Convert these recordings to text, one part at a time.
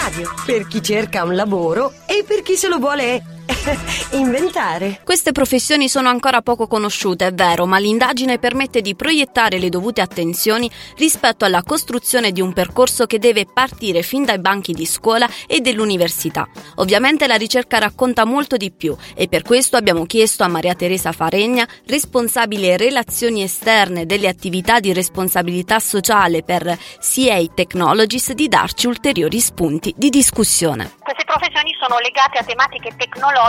radio, per chi cerca un lavoro e per chi se lo vuole inventare. Queste professioni sono ancora poco conosciute, è vero, ma l'indagine permette di proiettare le dovute attenzioni rispetto alla costruzione di un percorso che deve partire fin dai banchi di scuola e dell'università. Ovviamente la ricerca racconta molto di più e per questo abbiamo chiesto a Maria Teresa Faregna, responsabile relazioni esterne delle attività di responsabilità sociale per CA Technologies, di darci ulteriori spunti di discussione. Queste professioni sono legate a tematiche tecnologiche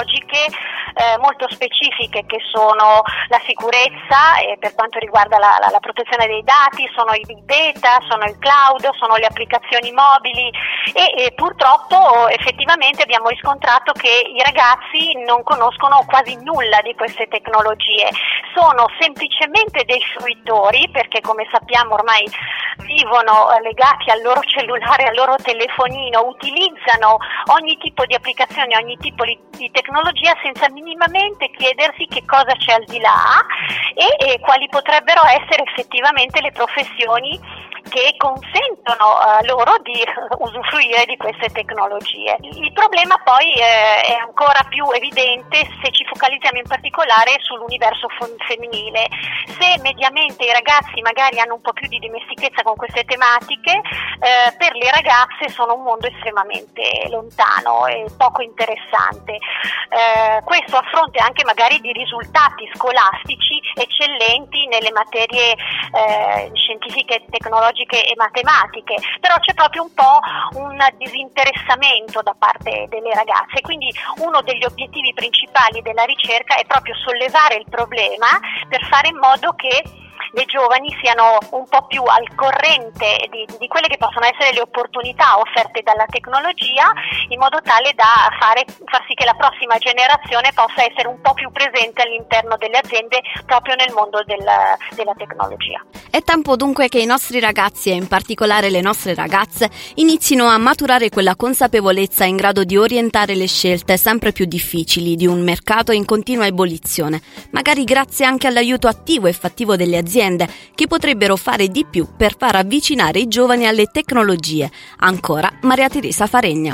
molto specifiche, che sono la sicurezza per quanto riguarda la protezione dei dati, sono i big data, sono il cloud, sono le applicazioni mobili e purtroppo effettivamente abbiamo riscontrato che i ragazzi non conoscono quasi nulla di queste tecnologie, sono semplicemente dei fruitori, perché come sappiamo ormai vivono legati al loro cellulare, al loro telefonino, utilizzano ogni tipo di applicazione, ogni tipo di tecnologia senza minimamente chiedersi che cosa c'è al di là e quali potrebbero essere effettivamente le professioni che consentono loro di usufruire di queste tecnologie. Il problema poi è ancora più evidente se ci focalizziamo in particolare sull'universo femminile. Se mediamente i ragazzi magari hanno un po' più di dimestichezza con queste tematiche, per le ragazze sono un mondo estremamente lontano e poco interessante. Questo a fronte anche magari di risultati scolastici eccellenti nelle materie scientifiche, tecnologiche e matematiche, però c'è proprio un po' un disinteressamento da parte delle ragazze, quindi uno degli obiettivi principali della ricerca è proprio sollevare il problema per fare in modo che le giovani siano un po' più al corrente di quelle che possono essere le opportunità offerte dalla tecnologia, in modo tale da far sì che la prossima generazione possa essere un po' più presente all'interno delle aziende proprio nel mondo della tecnologia. È tempo dunque che i nostri ragazzi e in particolare le nostre ragazze inizino a maturare quella consapevolezza in grado di orientare le scelte sempre più difficili di un mercato in continua ebollizione, magari grazie anche all'aiuto attivo e fattivo delle aziende che potrebbero fare di più per far avvicinare i giovani alle tecnologie. Ancora Maria Teresa Faregna.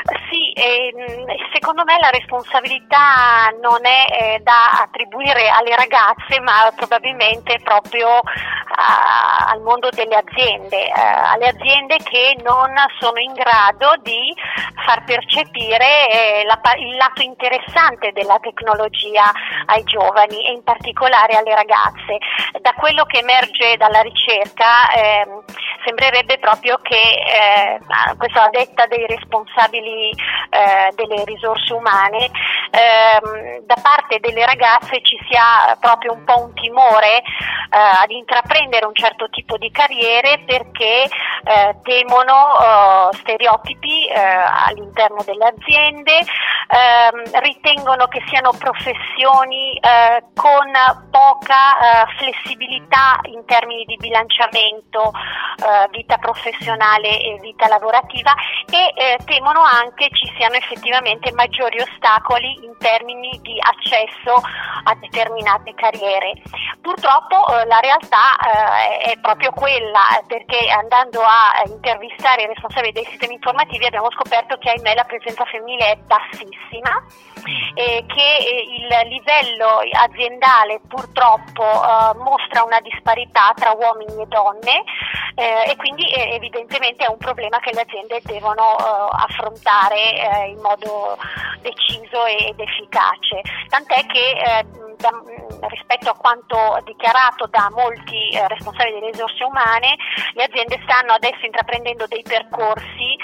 Secondo me la responsabilità non è da attribuire alle ragazze, ma probabilmente proprio al mondo delle aziende, alle aziende che non sono in grado di far percepire il lato interessante della tecnologia ai giovani e in particolare alle ragazze. Da quello che emerge dalla ricerca sembrerebbe proprio che, questo a detta dei responsabili delle risorse umane, da parte delle ragazze ci sia proprio un po' un timore ad intraprendere un certo tipo di carriere perché temono stereotipi all'interno delle aziende, ritengono che siano professioni con poca flessibilità in termini di bilanciamento vita professionale e vita lavorativa e temono anche ci siano effettivamente maggiori ostacoli in termini di accesso a determinate carriere. Purtroppo la realtà è proprio quella, perché andando a intervistare i responsabili dei sistemi informativi abbiamo scoperto che ahimè la presenza femminile è bassissima e che il livello aziendale purtroppo mostra una disparità tra uomini e donne e quindi evidentemente è un problema che le aziende devono affrontare in modo deciso ed efficace, tant'è che rispetto a quanto dichiarato da molti responsabili delle risorse umane, le aziende stanno adesso intraprendendo dei percorsi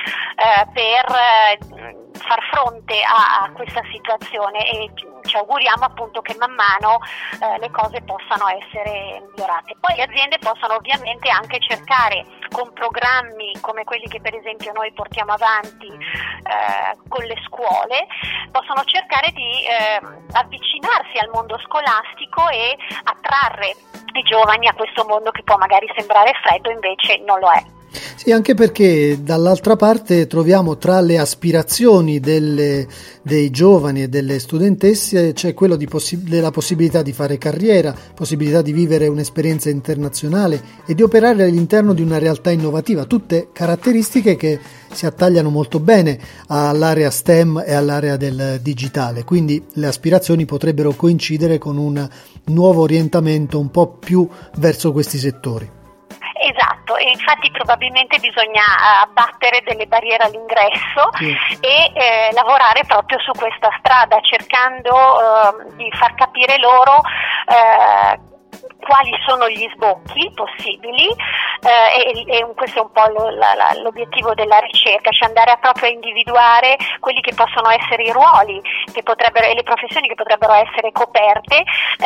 per far fronte a questa situazione e ci auguriamo appunto che man mano le cose possano essere migliorate. Poi le aziende possono ovviamente anche cercare con programmi come quelli che per esempio noi portiamo avanti con le scuole, possono cercare di avvicinarsi al mondo scolastico e attrarre i giovani a questo mondo che può magari sembrare freddo, invece non lo è. Sì, anche perché dall'altra parte troviamo tra le aspirazioni dei giovani e delle studentesse c'è quello della possibilità di fare carriera, possibilità di vivere un'esperienza internazionale e di operare all'interno di una realtà innovativa, tutte caratteristiche che si attagliano molto bene all'area STEM e all'area del digitale, quindi le aspirazioni potrebbero coincidere con un nuovo orientamento un po' più verso questi settori. Esatto, e infatti probabilmente bisogna abbattere delle barriere all'ingresso e lavorare proprio su questa strada, cercando di far capire loro quali sono gli sbocchi possibili e questo è un po' l'obiettivo della ricerca, cioè andare proprio a individuare quelli che possono essere i ruoli e le professioni che potrebbero essere coperte,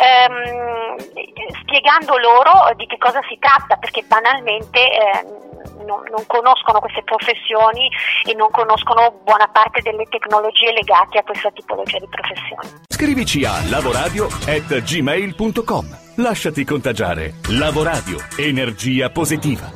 spiegando loro di che cosa si tratta, perché banalmente non conoscono queste professioni e non conoscono buona parte delle tecnologie legate a questa tipologia di professioni. Scrivici a lavoradio@gmail.com. Lasciati contagiare. Lavoradio, energia positiva.